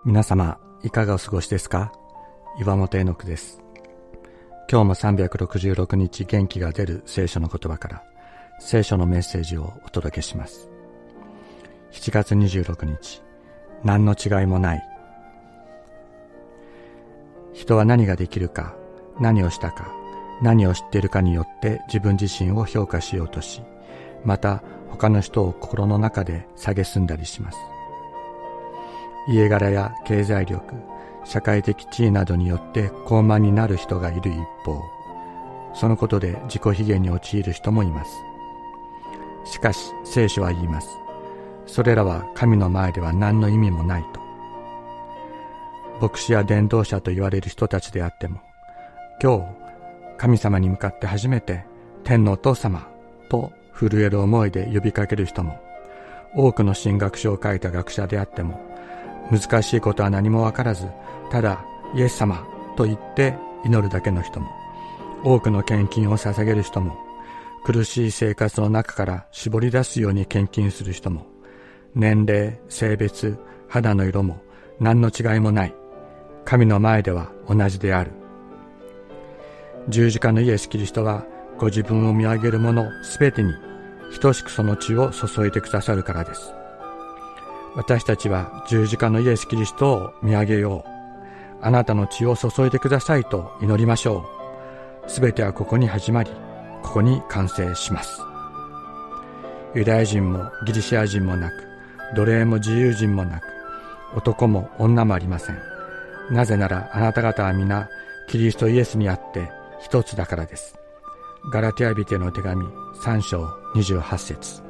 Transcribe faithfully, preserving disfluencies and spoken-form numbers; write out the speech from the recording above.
皆様いかがお過ごしですか？岩本絵の句です。今日もさんびゃくろくじゅうろくにち元気が出る聖書の言葉から聖書のメッセージをお届けします。しちがつにじゅうろくにち、何の違いもない。人は何ができるか、何をしたか、何を知っているかによって自分自身を評価しようとし、また他の人を心の中で蔑んだりします。家柄や経済力、社会的地位などによって高慢になる人がいる一方、そのことで自己卑下に陥る人もいます。しかし聖書は言います。それらは神の前では何の意味もないと。牧師や伝道者と言われる人たちであっても、今日神様に向かって初めて天のお父様と震える思いで呼びかける人も、多くの神学書を書いた学者であっても、難しいことは何もわからず、ただイエス様と言って祈るだけの人も、多くの献金を捧げる人も、苦しい生活の中から絞り出すように献金する人も、年齢、性別、肌の色も何の違いもない。神の前では同じである。十字架のイエス・キリストはご自分を見上げる者すべてに等しくその血を注いでくださるからです。私たちは十字架のイエス・キリストを見上げよう。あなたの血を注いでくださいと祈りましょう。すべてはここに始まり、ここに完成します。ユダヤ人もギリシア人もなく、奴隷も自由人もなく、男も女もありません。なぜならあなた方は皆キリストイエスにあって一つだからです。ガラテヤ人への手紙さんしょうにじゅうはちせつ。